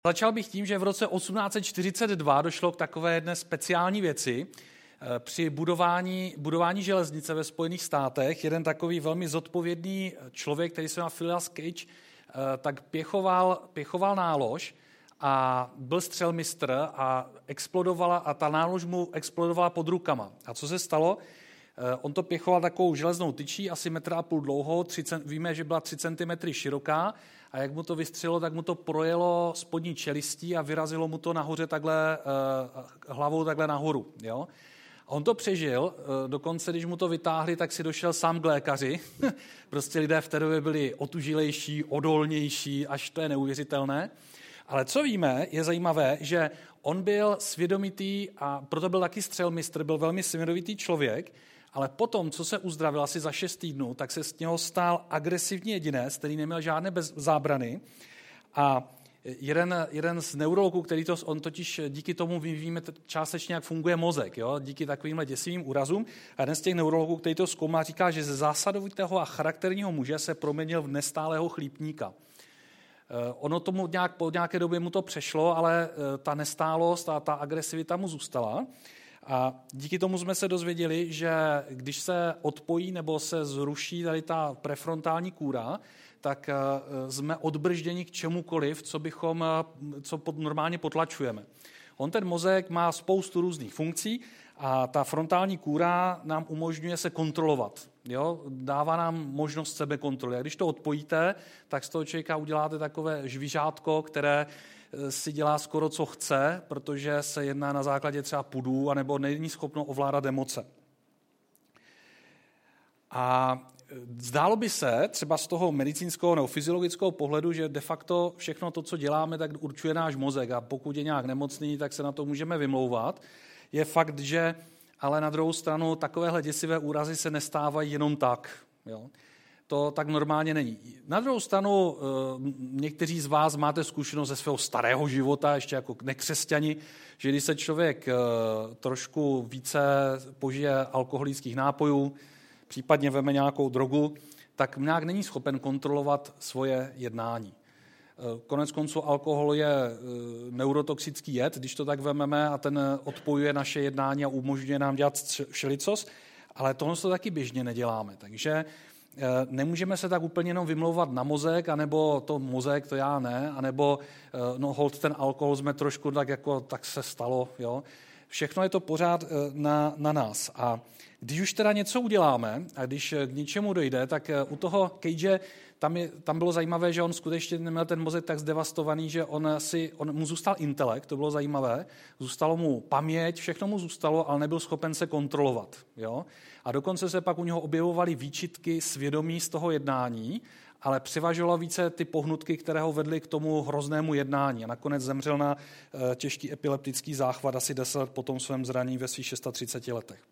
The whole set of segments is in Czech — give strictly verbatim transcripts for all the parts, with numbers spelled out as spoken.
Začal bych tím, že v roce osmnáct set čtyřicet dva došlo k takové jedné speciální věci. Při budování, budování železnice ve Spojených státech jeden takový velmi zodpovědný člověk, který se jmenuje Phileas Cage, tak pěchoval, pěchoval nálož a byl střelmistr a explodovala a ta nálož mu explodovala pod rukama. A co se stalo? On to pěchoval takovou železnou tyčí, asi metr a půl dlouhou, víme, že byla tři centimetry široká, a jak mu to vystřelilo, tak mu to projelo spodní čelistí a vyrazilo mu to nahoře takhle, hlavou takhle nahoru. Jo? A on to přežil, dokonce když mu to vytáhli, tak si došel sám k lékaři. Prostě lidé v té době byli otužilejší, odolnější, až to je neuvěřitelné. Ale co víme, je zajímavé, že on byl svědomitý a proto byl taky střelmistr, byl velmi svědomitý člověk, ale potom, co se uzdravil asi za šest týdnů, tak se z něho stal agresivní jedinec, který neměl žádné bez zábrany. A jeden, jeden z neurologů, který to, on totiž díky tomu víme částečně, jak funguje mozek, jo? Díky takovýmhle děsivým úrazům. A jeden z těch neurologů, který to zkoumá, říká, že ze zásadovitého a charakterního muže se proměnil v nestálého chlípníka. Ono tomu nějak, po nějaké době mu to přešlo, ale ta nestálost a ta agresivita mu zůstala. A díky tomu jsme se dozvěděli, že když se odpojí nebo se zruší tady ta prefrontální kůra, tak jsme odbržděni k čemukoliv, co bychom, co pod, normálně potlačujeme. On ten mozek má spoustu různých funkcí a ta frontální kůra nám umožňuje se kontrolovat. Jo? Dává nám možnost sebekontroly. A když to odpojíte, tak z toho člověka uděláte takové žvířátko, které si dělá skoro co chce, protože se jedná na základě třeba pudů, anebo není schopno ovládat emoce. A zdálo by se, třeba z toho medicínského nebo fyziologického pohledu, že de facto všechno to, co děláme, tak určuje náš mozek a pokud je nějak nemocný, tak se na to můžeme vymlouvat. Je fakt, že ale na druhou stranu takovéhle děsivé úrazy se nestávají jenom tak. Jo. To tak normálně není. Na druhou stranu někteří z vás máte zkušenost ze svého starého života, ještě jako nekřesťani, že když se člověk trošku více požije alkoholických nápojů, případně veme nějakou drogu, tak nějak není schopen kontrolovat svoje jednání. Konec konců alkohol je neurotoxický jed, když to tak vememe a ten odpojuje naše jednání a umožňuje nám dělat všelicos, ale tohle to taky běžně neděláme. Takže nemůžeme se tak úplně jenom vymlouvat na mozek, anebo to mozek, to já ne, anebo no hold ten alkohol jsme trošku tak jako tak se stalo, jo. Všechno je to pořád na, na nás. A když už teda něco uděláme a když k něčemu dojde, tak u toho Cage tam, je, tam bylo zajímavé, že on skutečně neměl ten mozek tak zdevastovaný, že on si, on, mu zůstal intelekt, to bylo zajímavé, zůstalo mu paměť, všechno mu zůstalo, ale nebyl schopen se kontrolovat. Jo? A dokonce se pak u něho objevovaly výčitky svědomí z toho jednání, ale převažovalo více ty pohnutky, které ho vedly k tomu hroznému jednání. A nakonec zemřel na těžký epileptický záchvat asi deset let po tom svém zranění ve svých třiceti šesti letech.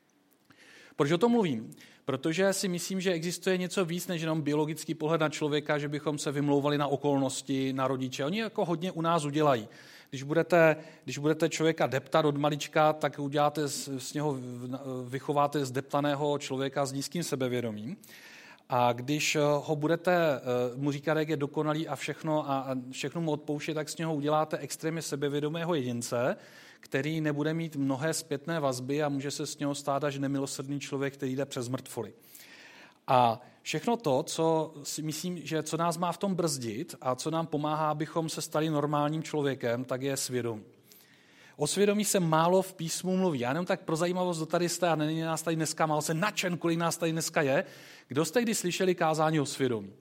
Proč o tom mluvím? Protože si myslím, že existuje něco víc než jenom biologický pohled na člověka, že bychom se vymlouvali na okolnosti, na rodiče. Oni jako hodně u nás udělají. Když budete, když budete člověka deptat od malička, tak uděláte z, z něho, vychováte zdeptaného člověka s nízkým sebevědomím. A když ho budete mu říkat, jak je dokonalý a všechno, a všechno mu odpouštět, tak z něho uděláte extrémně sebevědomého jedince, který nebude mít mnohé zpětné vazby a může se z něho stát až nemilosrdný člověk, který jde přes mrtvoly. A všechno to, co si myslím, že co nás má v tom brzdit a co nám pomáhá, abychom se stali normálním člověkem, tak je svědomí. O svědomí se málo v písmu mluví. Já jenom tak pro zajímavost, kdo tady jste a není nás tady dneska, málo se nadšen, kolik nás tady dneska je. Kdo jste kdy slyšeli kázání o svědomí?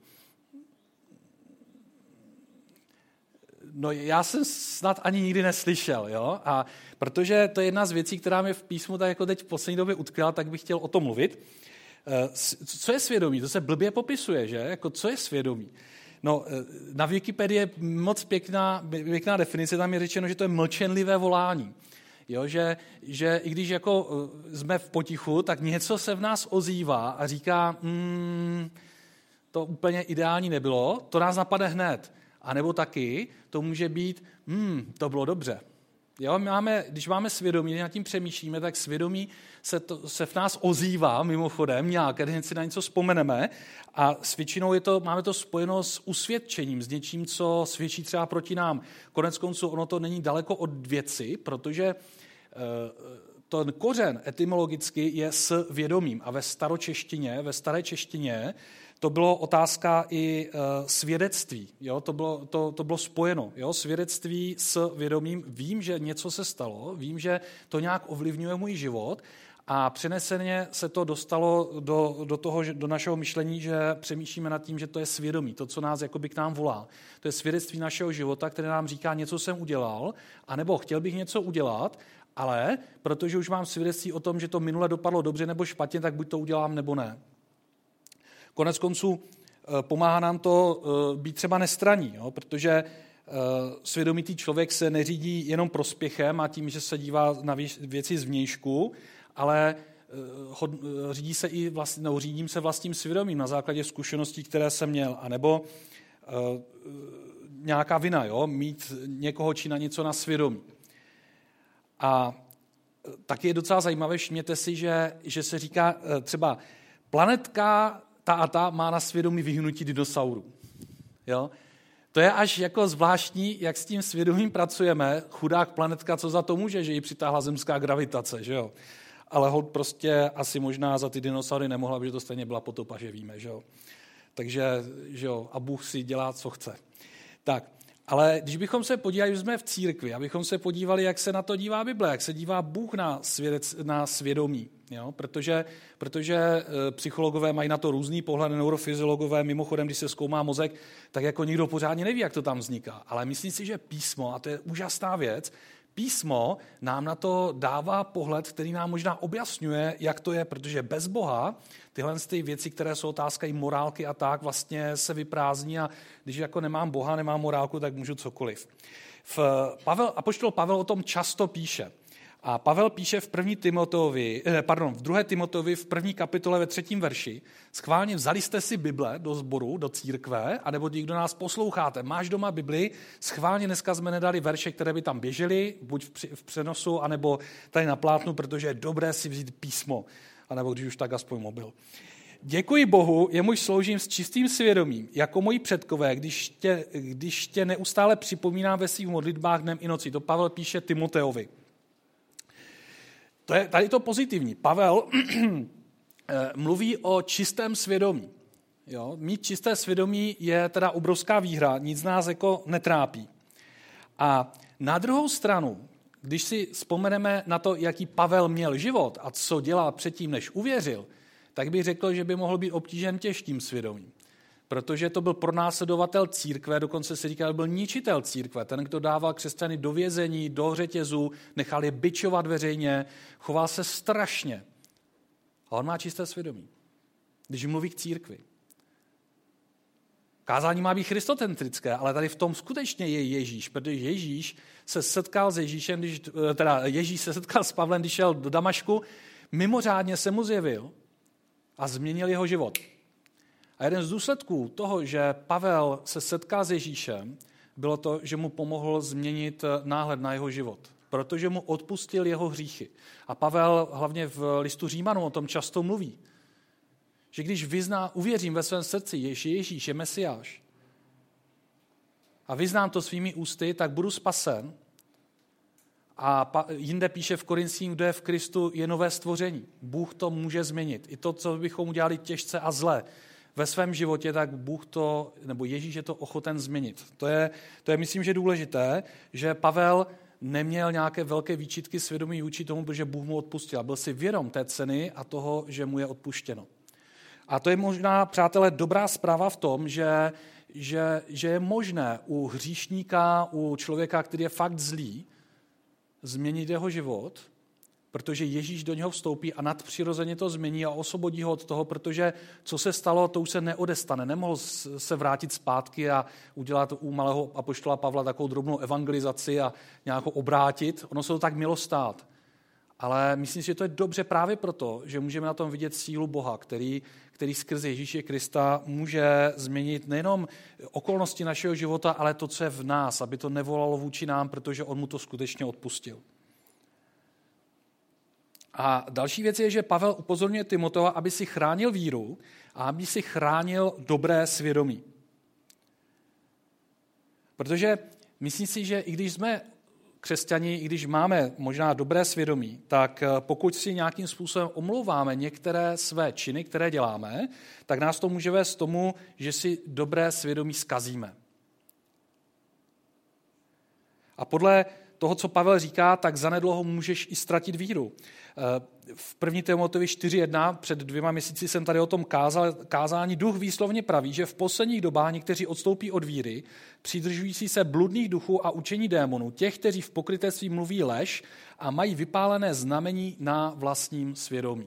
No já jsem snad ani nikdy neslyšel, jo? A protože to je jedna z věcí, která mě v písmu tak jako teď v poslední době utkvěla, tak bych chtěl o tom mluvit. Co je svědomí? To se blbě popisuje, že? Jako co je svědomí? No, na Wikipedii je moc pěkná, pěkná definice, tam je řečeno, že to je mlčenlivé volání. Jo, že, že i když jako jsme v potichu, tak něco se v nás ozývá a říká, mm, to úplně ideální nebylo, to nás napadne hned. A nebo taky to může být, mm, to bylo dobře. Jo, máme, když máme svědomí, nad tím přemýšlíme, tak svědomí se, to, se v nás ozývá mimochodem nějak, když si na něco vzpomeneme a s většinou je to, máme to spojeno s usvědčením, s něčím, co svědčí třeba proti nám. Konec konců ono to není daleko od věci, protože ten kořen etymologicky je s vědomím a ve staročeštině, ve staré češtině to bylo otázka i uh, svědectví. Jo? To, bylo, to, to bylo spojeno. Jo? Svědectví s vědomím. Vím, že něco se stalo, vím, že to nějak ovlivňuje můj život a přeneseně se to dostalo do, do, toho, do našeho myšlení, že přemýšlíme nad tím, že to je svědomí, to, co nás jakoby k nám volá. To je svědectví našeho života, které nám říká, něco jsem udělal, anebo chtěl bych něco udělat, ale protože už mám svědectví o tom, že to minule dopadlo dobře nebo špatně, tak buď to udělám, nebo ne. Konec konců pomáhá nám to být třeba nestranný, jo? Protože svědomitý člověk se neřídí jenom prospěchem a tím, že se dívá na věci zvnějšku, ale řídí se i vlast, no, řídím se vlastním svědomím na základě zkušeností, které jsem měl, anebo nějaká vina, jo? Mít někoho či na něco na svědomí. A taky je docela zajímavé, všimněte si, že, že se říká třeba planetka ta a ta má na svědomí vyhnutí dinosaurů. Jo? To je až jako zvláštní, jak s tím svědomím pracujeme. Chudák planetka, co za to může, že ji přitáhla zemská gravitace, že jo? Ale hod prostě asi možná za ty dinosaury nemohla, protože to stejně byla potopa, že víme, že jo? Takže, že jo, a Bůh si dělá, co chce. Tak, ale když bychom se podívali, že jsme v církvi, abychom se podívali, jak se na to dívá Bible, jak se dívá Bůh na, svědec, na svědomí, jo? Protože, protože psychologové mají na to různý pohled, neurofyziologové, mimochodem, když se zkoumá mozek, tak jako nikdo pořádně neví, jak to tam vzniká. Ale myslím si, že písmo, a to je úžasná věc, písmo nám na to dává pohled, který nám možná objasňuje, jak to je, protože bez Boha tyhle ty věci, které jsou otázka i morálky a tak, vlastně se vyprázdní a když jako nemám Boha, nemám morálku, tak můžu cokoliv. V Pavel, apoštol Pavel o tom často píše. A Pavel píše v první Timoteovi, pardon, v druhé Timoteovi v první kapitole ve třetím verši. Schválně vzali jste si Bible do sboru, do církve, anebo ti, kdo nás posloucháte, máš doma Bibli, schválně dneska jsme nedali verše, které by tam běžely, buď v přenosu, anebo tady na plátnu, protože je dobré si vzít písmo, anebo když už tak aspoň mobil. Děkuji Bohu, jemuž sloužím s čistým svědomím, jako moji předkové, když tě, když tě neustále připomínám ve svých modlitbách dnem i noci. To Pavel píše Timoteovi. To je tady to pozitivní. Pavel mluví o čistém svědomí. Jo? Mít čisté svědomí je teda obrovská výhra, nic nás jako netrápí. A na druhou stranu, když si vzpomeneme na to, jaký Pavel měl život a co dělal předtím, než uvěřil, tak bych řekl, že by mohl být obtížen těžkým svědomím. Protože to byl pronásledovatel církve, dokonce se říká, že byl ničitel církve. Ten, kdo dával křesťany do vězení, do řetězu, nechal je bičovat veřejně, choval se strašně. A on má čisté svědomí, když mluví k církvi. Kázání má být christocentrické, ale tady v tom skutečně je Ježíš, protože Ježíš se setkal s Ježíšem, když, teda Ježíš se setkal s Pavlem, když šel do Damašku, mimořádně se mu zjevil a změnil jeho život. A jeden z důsledků toho, že Pavel se setkal s Ježíšem, bylo to, že mu pomohl změnit náhled na jeho život, protože mu odpustil jeho hříchy. A Pavel hlavně v listu Římanům o tom často mluví, že když vyzná, uvěřím ve svém srdci, že Ježíš je Mesiáš a vyznám to svými ústy, tak budu spasen. A jinde píše v Korinským, kdo je v Kristu, je nové stvoření. Bůh to může změnit. I to, co bychom udělali těžce a zle ve svém životě, tak Bůh to, nebo Ježíš je to ochoten změnit. To je, to je myslím, že důležité, že Pavel neměl nějaké velké výčitky svědomí vůči tomu, protože Bůh mu odpustil. A byl si vědom té ceny a toho, že mu je odpuštěno. A to je možná, přátelé, dobrá zpráva v tom, že, že, že je možné u hříšníka, u člověka, který je fakt zlý, změnit jeho život, protože Ježíš do něho vstoupí a nadpřirozeně to změní a osvobodí ho od toho, protože co se stalo, to už se neodestane. Nemohl se vrátit zpátky a udělat u malého apoštola Pavla takovou drobnou evangelizaci a nějak ho obrátit. Ono se to tak mělo stát. Ale myslím si, že to je dobře právě proto, že můžeme na tom vidět sílu Boha, který, který skrze Ježíše Krista může změnit nejenom okolnosti našeho života, ale to, co je v nás, aby to nevolalo vůči nám, protože on mu to skutečně odpustil. A další věc je, že Pavel upozorňuje Timotea, aby si chránil víru a aby si chránil dobré svědomí. Protože myslím si, že i když jsme křesťani, i když máme možná dobré svědomí, tak pokud si nějakým způsobem omlouváme některé své činy, které děláme, tak nás to může vést tomu, že si dobré svědomí zkazíme. A podle toho, co Pavel říká, tak zanedlouho můžeš i ztratit víru. V první Timoteovi čtyři jedna, před dvěma měsíci jsem tady o tom kázal, kázání, duch výslovně praví, že v posledních dobách někteří odstoupí od víry, přidržující se bludných duchů a učení démonů, těch, kteří v pokrytectví mluví lež a mají vypálené znamení na vlastním svědomí.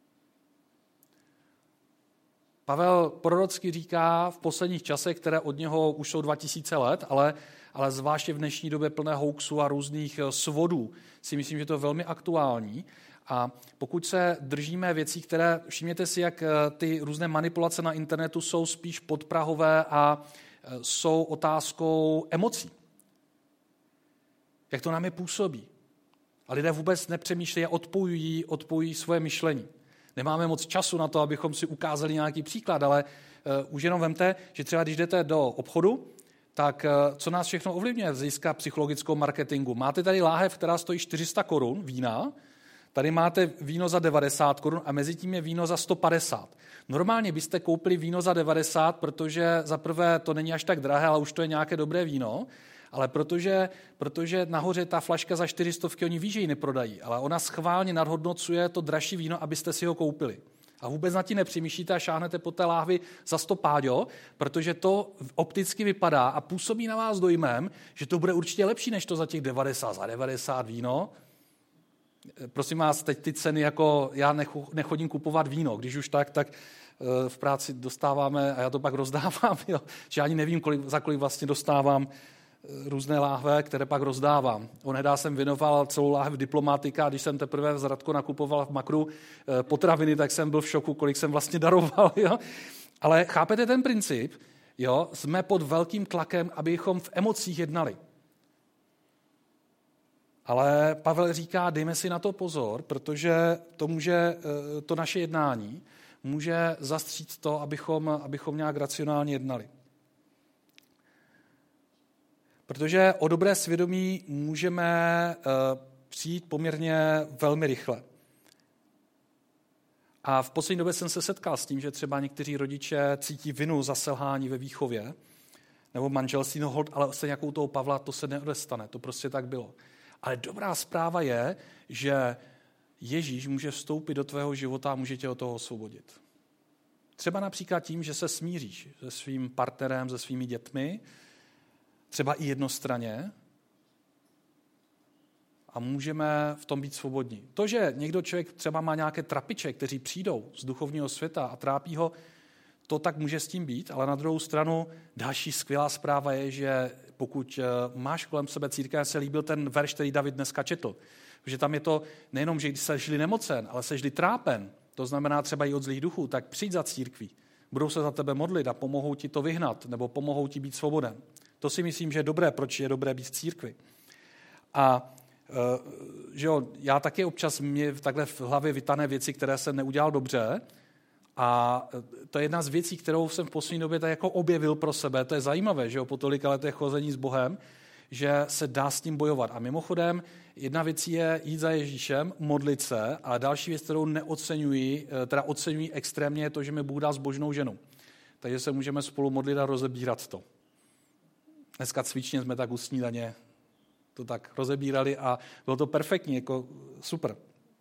Pavel prorocky říká v posledních časech, které od něho už jsou dva tisíce let, ale, ale zvláště v dnešní době plné hoaxů a různých svodů, si myslím, že to je velmi aktuální. A pokud se držíme věcí, které, všimněte si, jak ty různé manipulace na internetu jsou spíš podprahové a jsou otázkou emocí. Jak to nám je působí. A lidé vůbec nepřemýšlejí a odpojují, odpojují svoje myšlení. Nemáme moc času na to, abychom si ukázali nějaký příklad, ale uh, už jenom vemte, že třeba když jdete do obchodu, tak uh, co nás všechno ovlivňuje z hlediska psychologického marketingu. Máte tady láhev, která stojí čtyři sta korun vína, tady máte víno za devadesát korun a mezi tím je víno za sto padesát. Normálně byste koupili víno za devadesát, protože za prvé to není až tak drahé, ale už to je nějaké dobré víno, ale protože, protože nahoře ta flaška za čtyři stovky, oni ví, že ji neprodají, ale ona schválně nadhodnocuje to dražší víno, abyste si ho koupili. A vůbec na tím nepřemýšlíte a šáhnete po té láhvi za sto páďo, protože to opticky vypadá a působí na vás dojmem, že to bude určitě lepší, než to za těch devadesát, za devadesát víno. Prosím vás, teď ty ceny, jako já nechodím kupovat víno, když už tak, tak v práci dostáváme, a já to pak rozdávám, jo, že ani nevím, kolik, za kolik vlastně dostávám různé láhve, které pak rozdávám. Onedá jsem věnoval celou láhev diplomatika a když jsem teprve z Radko nakupoval v Makru potraviny, tak jsem byl v šoku, kolik jsem vlastně daroval. Jo? Ale chápete ten princip? Jo? Jsme pod velkým tlakem, abychom v emocích jednali. Ale Pavel říká, dejme si na to pozor, protože to může, to naše jednání může zastřít to, abychom, abychom nějak racionálně jednali. Protože o dobré svědomí můžeme přijít poměrně velmi rychle. A v poslední době jsem se setkal s tím, že třeba někteří rodiče cítí vinu za selhání ve výchově nebo manželství, no hold, ale se nějakou toho Pavla to se neodestane, to prostě tak bylo. Ale dobrá zpráva je, že Ježíš může vstoupit do tvého života a může tě od toho osvobodit. Třeba například tím, že se smíříš se svým partnerem, se svými dětmi, třeba i jednostranně, a můžeme v tom být svobodní. To, že někdo člověk třeba má nějaké trapiče, kteří přijdou z duchovního světa a trápí ho, to tak může s tím být, ale na druhou stranu další skvělá zpráva je, že pokud máš kolem sebe církev, se líbil ten verš, který David dneska četl, že tam je to nejenom, že když seš-li nemocen, ale seš-li trápen, to znamená třeba i od zlých duchů, tak přijď za církví. Budou se za tebe modlit a pomohou ti to vyhnat, nebo pomohou ti být svoboden. To si myslím, že je dobré, proč je dobré být v církvi. A že jo, já taky občas mě takhle v hlavě vytané věci, které jsem neudělal dobře, a to je jedna z věcí, kterou jsem v poslední době tak jako objevil pro sebe. To je zajímavé, že jo, po tolika letech chození s Bohem, že se dá s tím bojovat. A mimochodem, jedna věc je jít za Ježíšem, modlit se, ale další věc, kterou neoceňuji, teda oceňuji extrémně, je to, že mi Bůh dá zbožnou ženu. Takže se můžeme spolu modlit a rozebírat to. Dneska cvičně jsme tak u snídaně to tak rozebírali a bylo to perfektní, jako super.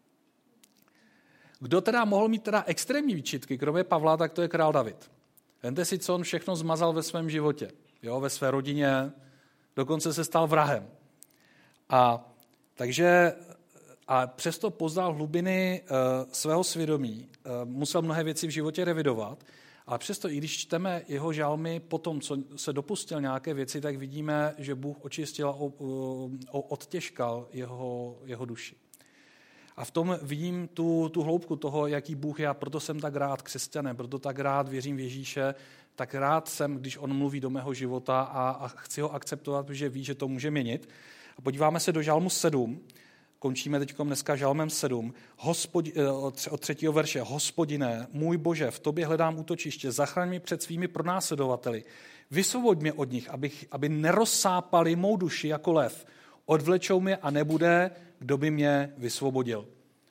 Kdo teda mohl mít teda extrémní výčitky, kromě Pavla, tak to je král David. Vemte si, co on všechno zmazal ve svém životě, jo, ve své rodině, dokonce se stal vrahem. A takže a přesto poznal hlubiny uh, svého svědomí, uh, musel mnohé věci v životě revidovat, ale přesto, i když čteme jeho žalmy po tom, co se dopustil nějaké věci, tak vidíme, že Bůh očistil a odtěžkal jeho, jeho duši. A v tom vidím tu, tu hloubku toho, jaký Bůh je, a proto jsem tak rád křesťanem, proto tak rád věřím v Ježíše, tak rád jsem, když on mluví do mého života a, a chci ho akceptovat, protože ví, že to může měnit. A podíváme se do Žalmu sedm, končíme teď dneska Žalmem sedm, Hospodi, od třetího verše. Hospodine, můj Bože, v tobě hledám útočiště, zachraň mě před svými pronásledovateli, vysvoboď mě od nich, abych, aby nerozsápali mou duši jako lev, odvlečou mě a nebude, kdo by mě vysvobodil.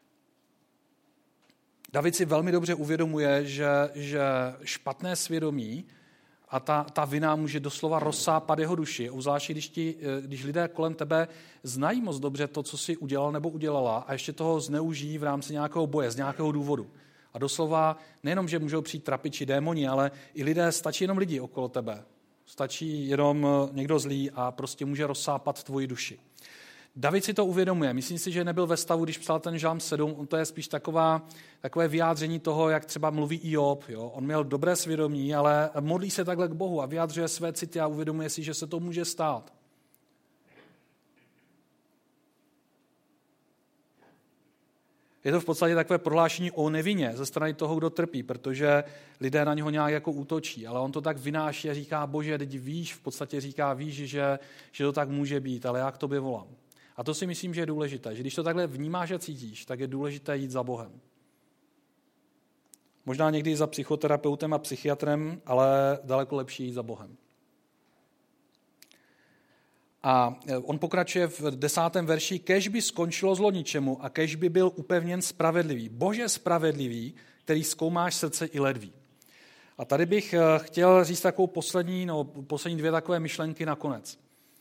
David si velmi dobře uvědomuje, že, že špatné svědomí a ta, ta vina může doslova rozsápat jeho duši. Obzvláště, když, ti, když lidé kolem tebe znají moc dobře to, co jsi udělal nebo udělala a ještě toho zneužijí v rámci nějakého boje, z nějakého důvodu. A doslova nejenom, že můžou přijít trapiči, démoni, ale i lidé, stačí jenom lidi okolo tebe. Stačí jenom někdo zlý a prostě může rozsápat tvoji duši. David si to uvědomuje. Myslím si, že nebyl ve stavu, když psal ten Žalm sedm, to je spíš taková, takové vyjádření toho, jak třeba mluví i Job. Jo? On měl dobré svědomí, ale modlí se takhle k Bohu a vyjádřuje své city a uvědomuje si, že se to může stát. Je to v podstatě takové prohlášení o nevině ze strany toho, kdo trpí, protože lidé na něho nějak jako útočí, ale on to tak vynáší a říká, Bože, teď víš, v podstatě říká, víš, že, že to tak může být, ale já k tobě volám. A to si myslím, že je důležité, že když to takhle vnímáš a cítíš, tak je důležité jít za Bohem. Možná někdy za psychoterapeutem a psychiatrem, ale daleko lepší jít za Bohem. A on pokračuje v desátém verši, kéž by skončilo zlo ničemu a kéž by byl upevněn spravedlivý. Bože spravedlivý, který zkoumáš srdce i ledví. A tady bych chtěl říct takovou poslední, no, poslední dvě takové myšlenky nakonec.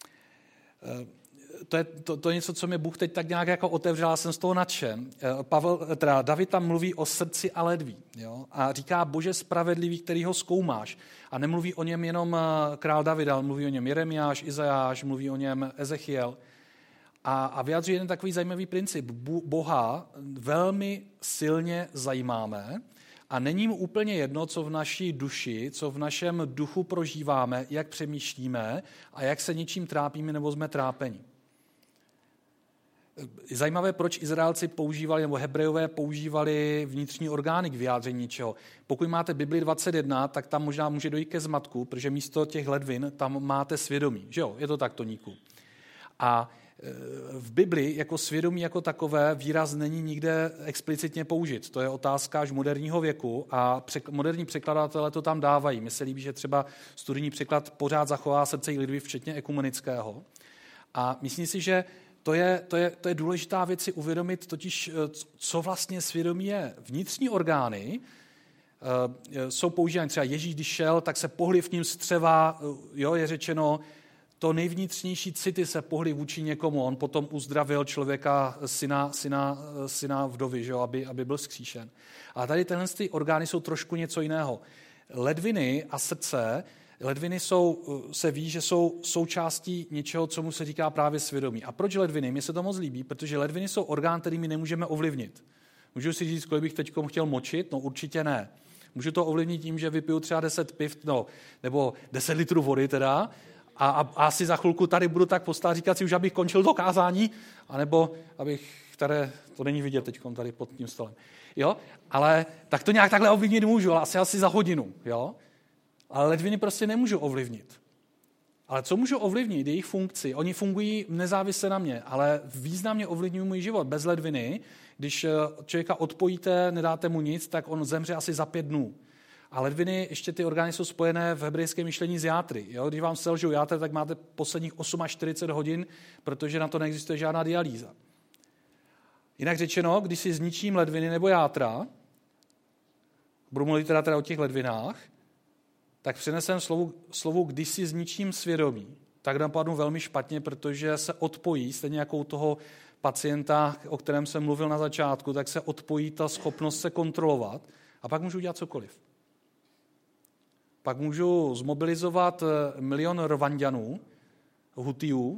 To je, to, to je něco, co mě Bůh teď tak nějak jako otevřel, já jsem z toho nadšen. Pavel, teda David tam mluví o srdci a ledví. Jo? A říká Bože spravedlivý, který ho zkoumáš. A nemluví o něm jenom král David, ale mluví o něm Jeremiáš, Izajáš, mluví o něm Ezechiel. A, a vyjadřuje jeden takový zajímavý princip. Boha velmi silně zajímáme a není mu úplně jedno, co v naší duši, co v našem duchu prožíváme, jak přemýšlíme a jak se něčím trápíme nebo jsme trápeni. Zajímavé, proč Izraelci používali, nebo Hebrejové používali vnitřní orgány k vyjádření něčeho. Pokud máte Bibli dvacet jedna, tak tam možná může dojít ke zmatku, protože místo těch ledvin tam máte svědomí. Že jo? Je to tak, Toníku. A v Bibli jako svědomí jako takové výraz není nikde explicitně použit. To je otázka až moderního věku a přek- moderní překladatelé to tam dávají. Mně se líbí, že třeba studijní překlad pořád zachová srdce i lidví, včetně ekumenického. A myslím si, že To je, to, je, to je důležitá věc si uvědomit, totiž co vlastně svědomí je. Vnitřní orgány uh, jsou používány. Třeba Ježíš, když šel, tak se pohli v ním střeva, jo, je řečeno, to nejvnitřnější city se pohli vůči někomu. On potom uzdravil člověka, syna, syna, syna vdovy, že, aby, aby byl vzkříšen. A tady tenhle ty orgány jsou trošku něco jiného. Ledviny a srdce, ledviny jsou, se ví, že jsou součástí něčeho, co mu se říká právě svědomí. A proč ledviny? Mně se to moc líbí, protože ledviny jsou orgán, který my nemůžeme ovlivnit. Můžu si říct, kolik bych teď chtěl močit? No určitě ne. Můžu to ovlivnit tím, že vypiju třeba deset piv, no, nebo deset litrů vody teda, a, a, a asi za chvilku tady budu tak postát říkat si už, abych končil to kázání, anebo abych, které, to není vidět teď tady pod tím stolem. Jo? Ale tak to nějak takhle ovlivnit můžu, ale asi asi za hodinu. Jo? Ale ledviny prostě nemůžu ovlivnit. Ale co můžu ovlivnit? Jejich funkci. Oni fungují nezávisle na mě, ale významně ovlivňují můj život. Bez ledviny, když člověka odpojíte, nedáte mu nic, tak on zemře asi za pět dnů. A ledviny, ještě ty orgány jsou spojené v hebrejském myšlení s játry. Jo? Když vám selžou játra, tak máte posledních osm až čtyřicet hodin, protože na to neexistuje žádná dialýza. Jinak řečeno, když si zničím ledviny nebo játra, budu mluvit teda, teda o těch ledvinách, tak přinesem slovu, slovu když si zničím svědomí, tak napadnu velmi špatně, protože se odpojí, stejně jako u toho pacienta, o kterém jsem mluvil na začátku, tak se odpojí ta schopnost se kontrolovat a pak můžu dělat cokoliv. Pak můžu zmobilizovat milion Rwanďanů, Hutiů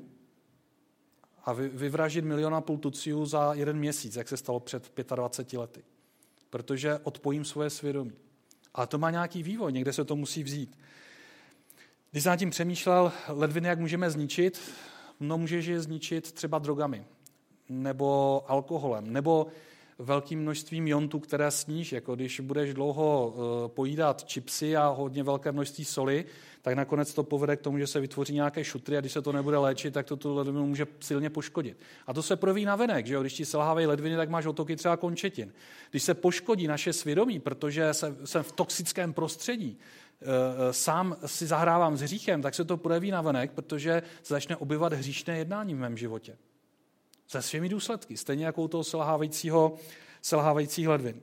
a vyvraždit milion a půl Tutsiů za jeden měsíc, jak se stalo před dvaceti pěti lety. Protože odpojím svoje svědomí. Ale to má nějaký vývoj, někde se to musí vzít. Když jsem nad tím přemýšlel, ledviny jak můžeme zničit, no můžeš je zničit třeba drogami. nebo alkoholem, nebo velkým množstvím jontů, které sníš, jako když budeš dlouho uh, pojídat chipsy a hodně velké množství soli, tak nakonec to povede k tomu, že se vytvoří nějaké šutry a když se to nebude léčit, tak to tu ledvinu může silně poškodit. A to se projeví navenek, že jo? Když ti selhávají ledviny, tak máš otoky třeba končetin. Když se poškodí naše svědomí, protože se, jsem v toxickém prostředí, uh, sám si zahrávám s hříchem, tak se to projeví navenek, protože se začne objevovat hříšné jednání v mém životě. Se svými důsledky, stejně jako u toho selhávajícího, selhávajících ledvin.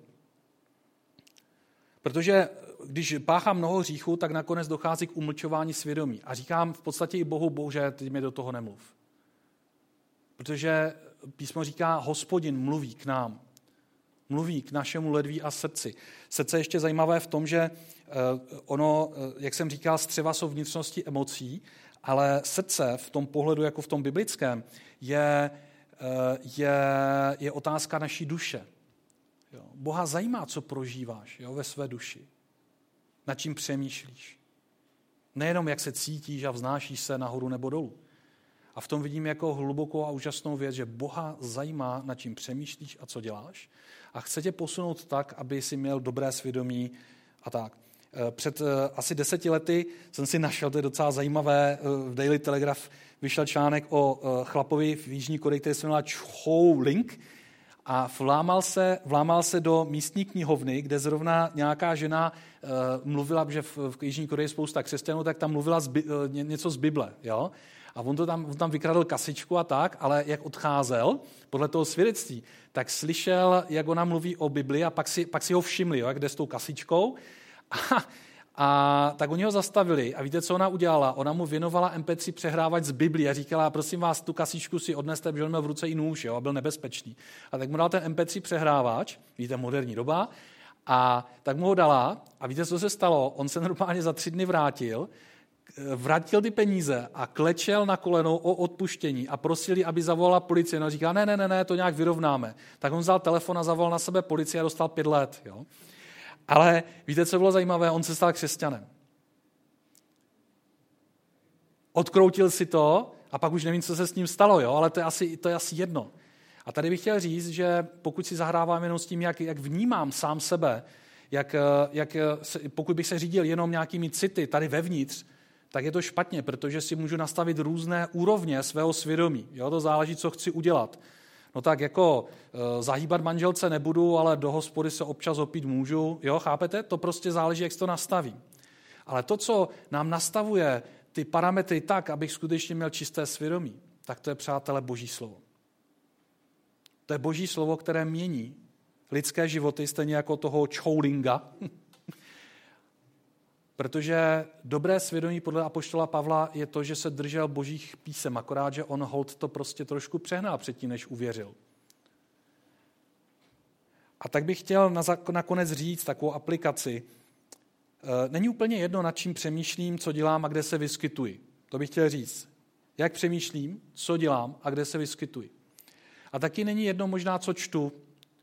Protože když páchám mnoho hříchů, tak nakonec dochází k umlčování svědomí. A říkám v podstatě i Bohu, Bože, teď mi do toho nemluv. Protože písmo říká, Hospodin mluví k nám. Mluví k našemu ledví a srdci. Srdce je ještě zajímavé v tom, že ono, jak jsem říkal, střeva jsou vnitřnosti emocí, ale srdce v tom pohledu, jako v tom biblickém, je Je, je otázka naší duše. Jo. Boha zajímá, co prožíváš, jo, ve své duši. Nad čím přemýšlíš. Nejenom, jak se cítíš a vznášíš se nahoru nebo dolů. A v tom vidím jako hlubokou a úžasnou věc, že Boha zajímá, nad čím přemýšlíš a co děláš. A chce tě posunout tak, aby si měl dobré svědomí a tak. Před asi deseti lety jsem si našel, to je docela zajímavé, v Daily Telegraph vyšel článek o chlapovi v Jižní Koreji, který se jmenoval Chou Ling a vlámal se, vlámal se do místní knihovny, kde zrovna nějaká žena mluvila, že v, v Jižní Koreji je spousta křesťanů, tak tam mluvila z, něco z Bible. Jo? A on, to tam, on tam vykradl kasičku a tak, ale jak odcházel, podle toho svědectví, tak slyšel, jak ona mluví o Bibli a pak si, pak si ho všimli, jo, jak jde s tou kasičkou. A, a tak oni ho zastavili a víte, co ona udělala? Ona mu věnovala em pé tři přehrávač z Biblii a říkala, prosím vás, tu kasičku si odneste, protože on měl v ruce i nůž, jo, a byl nebezpečný. A tak mu dal ten em pé tři přehrávač, víte, moderní doba, a tak mu ho dala a víte, co se stalo? On se normálně za tři dny vrátil, vrátil ty peníze a klečel na kolenou o odpuštění a prosili, aby zavolala policii. No říká, ne, ne, ne, ne, to nějak vyrovnáme. Tak on vzal telefon a zavolal na sebe policii a dostal pět let, jo. Ale víte, co bylo zajímavé? On se stal křesťanem. Odkroutil si to a pak už nevím, co se s ním stalo, jo? Ale to je, asi, to je asi jedno. A tady bych chtěl říct, že pokud si zahrávám jenom s tím, jak, jak vnímám sám sebe, jak, jak se, pokud bych se řídil jenom nějakými city tady vevnitř, tak je to špatně, protože si můžu nastavit různé úrovně svého svědomí. Jo? To záleží, co chci udělat. No tak jako e, zahýbat manželce nebudu, ale do hospody se občas opít můžu. Jo, chápete? To prostě záleží, jak se to nastaví. Ale to, co nám nastavuje ty parametry tak, abych skutečně měl čisté svědomí, tak to je, přátelé, Boží slovo. To je Boží slovo, které mění lidské životy, stejně jako toho Chou Linga. Protože dobré svědomí podle apoštola Pavla je to, že se držel Božích písem, akorát, že on holt to prostě trošku přehnal předtím, než uvěřil. A tak bych chtěl nakonec říct takovou aplikaci. Není úplně jedno, nad čím přemýšlím, co dělám a kde se vyskytuji. To bych chtěl říct. Jak přemýšlím, co dělám a kde se vyskytuji. A taky není jedno možná, co čtu.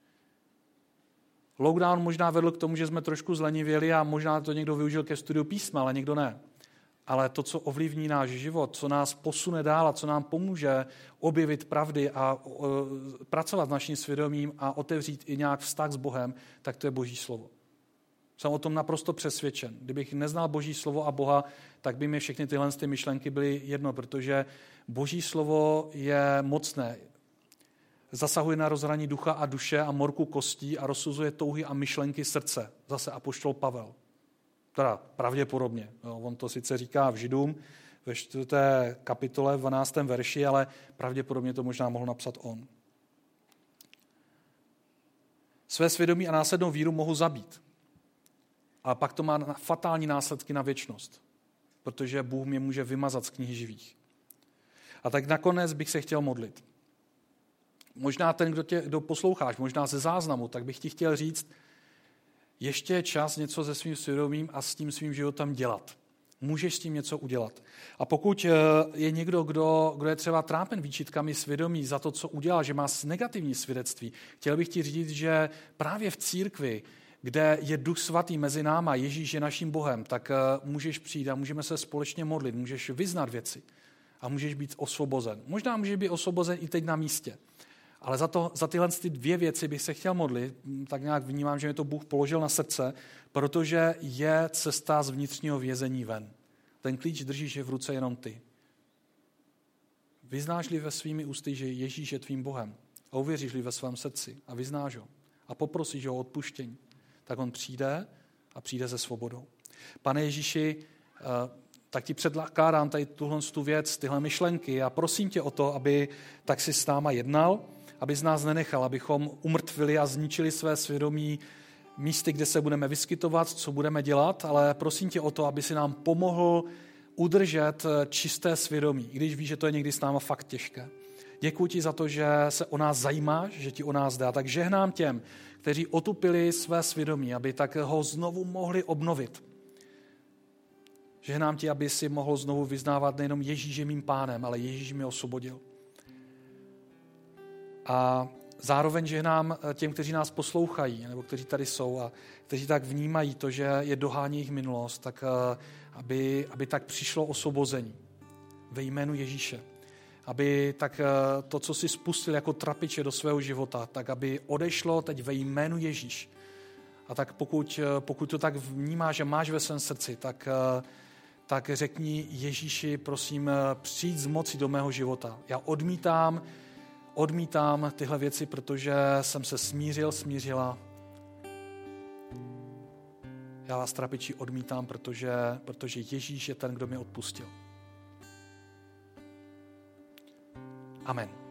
Lockdown možná vedl k tomu, že jsme trošku zlenivěli a možná to někdo využil ke studiu písma, ale někdo ne. Ale to, co ovlivní náš život, co nás posune dál a co nám pomůže objevit pravdy a uh, pracovat s naším svědomím a otevřít i nějak vztah s Bohem, tak to je Boží slovo. Jsem o tom naprosto přesvědčen. Kdybych neznal Boží slovo a Boha, tak by mi všechny tyhle ty myšlenky byly jedno, protože Boží slovo je mocné. Zasahuje na rozhraní ducha a duše a morku kostí a rozsuzuje touhy a myšlenky srdce. Zase apoštol Pavel. Teda pravděpodobně. No, on to sice říká v Židům ve čtvrté kapitole v dvanáctém verši, ale pravděpodobně to možná mohl napsat on. Své svědomí a následnou víru mohu zabít. Ale pak to má fatální následky na věčnost, protože Bůh mě může vymazat z knihy živých. A tak nakonec bych se chtěl modlit. Možná ten, kdo, tě, kdo posloucháš, možná ze záznamu, tak bych ti chtěl říct, ještě je čas něco se svým svědomím a s tím svým životem dělat. Můžeš s tím něco udělat. A pokud je někdo, kdo, kdo je třeba trápen výčitkami svědomí za to, co udělal, že má negativní svědectví, chtěl bych ti říct, že právě v církvi, kde je Duch Svatý mezi náma, Ježíš je naším Bohem, tak můžeš přijít a můžeme se společně modlit, můžeš vyznat věci a můžeš být osvobozen. Možná můžeš být osvobozen i teď na místě. Ale za, to, za tyhle ty dvě věci bych se chtěl modlit, tak nějak vnímám, že mi to Bůh položil na srdce, protože je cesta z vnitřního vězení ven. Ten klíč držíš je v ruce jenom ty. Vyznáš-li ve svými ústy, že Ježíš je tvým Bohem a uvěříš-li ve svém srdci a vyznáš ho a poprosíš ho o odpuštění, tak on přijde a přijde se svobodou. Pane Ježíši, tak ti předkládám tady tuhle tu věc, tyhle myšlenky a prosím tě o to, aby tak si s náma jednal, aby z nás nenechal, abychom umrtvili a zničili své svědomí místy, kde se budeme vyskytovat, co budeme dělat, ale prosím tě o to, aby si nám pomohl udržet čisté svědomí, i když víš, že to je někdy s náma fakt těžké. Děkuji ti za to, že se o nás zajímáš, že ti o nás dá. Tak žehnám těm, kteří otupili své svědomí, aby tak ho znovu mohli obnovit. Žehnám ti, aby si mohl znovu vyznávat nejenom Ježíš je mým pánem, ale Ježíš mě osvobodil. A zároveň žehnám těm, kteří nás poslouchají, nebo kteří tady jsou a kteří tak vnímají to, že je dohání jejich minulost, tak aby, aby tak přišlo osvobození ve jménu Ježíše. Aby tak to, co si spustil jako trapiče do svého života, tak aby odešlo teď ve jménu Ježíš. A tak pokud, pokud to tak vnímáš, že máš ve svém srdci, tak, tak řekni Ježíši, prosím, přijď z moci do mého života. Já odmítám, odmítám tyhle věci, protože jsem se smířil, smířila. Já vás, trapiči, odmítám, protože, protože Ježíš je ten, kdo mě odpustil. Amen.